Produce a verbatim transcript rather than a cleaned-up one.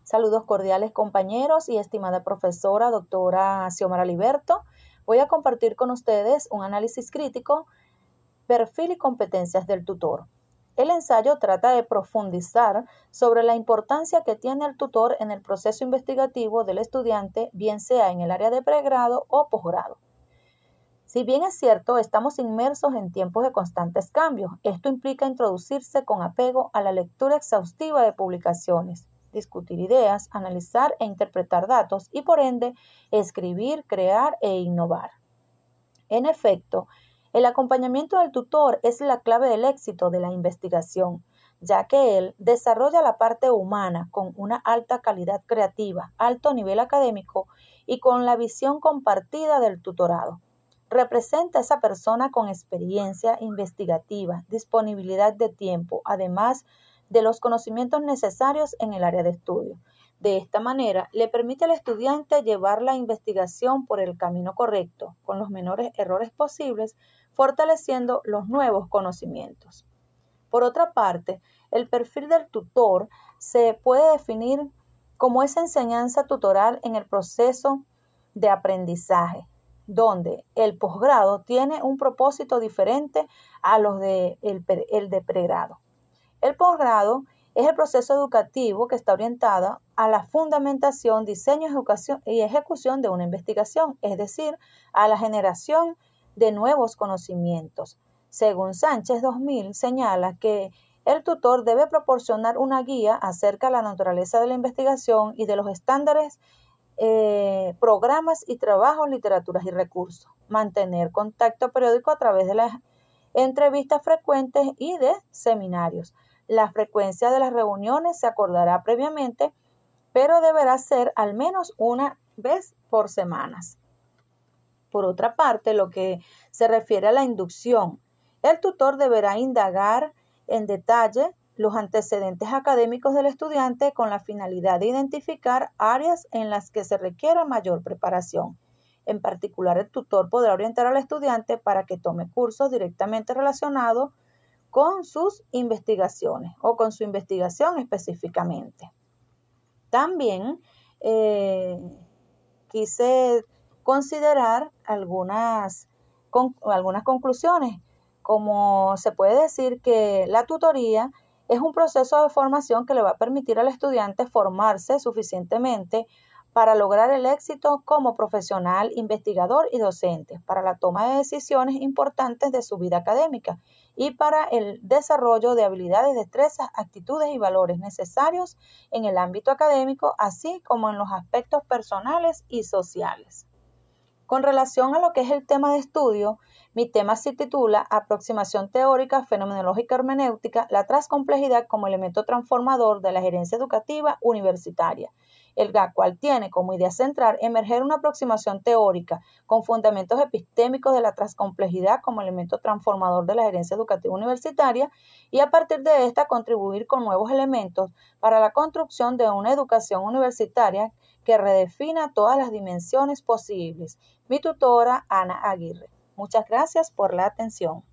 Saludos cordiales compañeros y estimada profesora doctora Xiomara Liberto. Voy a compartir con ustedes un análisis crítico, perfil y competencias del tutor. El ensayo trata de profundizar sobre la importancia que tiene el tutor en el proceso investigativo del estudiante, bien sea en el área de pregrado o posgrado. Si bien es cierto, estamos inmersos en tiempos de constantes cambios. Esto implica introducirse con apego a la lectura exhaustiva de publicaciones, discutir ideas, analizar e interpretar datos y, por ende, escribir, crear e innovar. En efecto, el acompañamiento del tutor es la clave del éxito de la investigación, ya que él desarrolla la parte humana con una alta calidad creativa, alto nivel académico y con la visión compartida del tutorado. Representa a esa persona con experiencia investigativa, disponibilidad de tiempo, además de los conocimientos necesarios en el área de estudio. De esta manera, le permite al estudiante llevar la investigación por el camino correcto, con los menores errores posibles, fortaleciendo los nuevos conocimientos. Por otra parte, el perfil del tutor se puede definir como esa enseñanza tutoral en el proceso de aprendizaje, donde el posgrado tiene un propósito diferente a los de el, el de pregrado. El posgrado es el proceso educativo que está orientado a la fundamentación, diseño, educación y ejecución de una investigación, es decir, a la generación de nuevos conocimientos. Según Sánchez dos mil, señala que el tutor debe proporcionar una guía acerca de la naturaleza de la investigación y de los estándares, eh, programas y trabajos, literaturas y recursos. Mantener contacto periódico a través de las entrevistas frecuentes y de seminarios. La frecuencia de las reuniones se acordará previamente, pero deberá ser al menos una vez por semanas. Por otra parte, lo que se refiere a la inducción, el tutor deberá indagar en detalle los antecedentes académicos del estudiante con la finalidad de identificar áreas en las que se requiera mayor preparación. En particular, el tutor podrá orientar al estudiante para que tome cursos directamente relacionados con sus investigaciones o con su investigación específicamente. También eh, quise considerar algunas, con, algunas conclusiones, como se puede decir que la tutoría es un proceso de formación que le va a permitir al estudiante formarse suficientemente para lograr el éxito como profesional, investigador y docente, para la toma de decisiones importantes de su vida académica y para el desarrollo de habilidades, destrezas, actitudes y valores necesarios en el ámbito académico, así como en los aspectos personales y sociales. Con relación a lo que es el tema de estudio, mi tema se titula Aproximación teórica, fenomenológica, hermenéutica, la transcomplejidad como elemento transformador de la gerencia educativa universitaria, el cual tiene como idea central emerger una aproximación teórica con fundamentos epistémicos de la transcomplejidad como elemento transformador de la gerencia educativa universitaria y a partir de esta contribuir con nuevos elementos para la construcción de una educación universitaria que redefina todas las dimensiones posibles. Mi tutora, Ana Aguirre. Muchas gracias por la atención.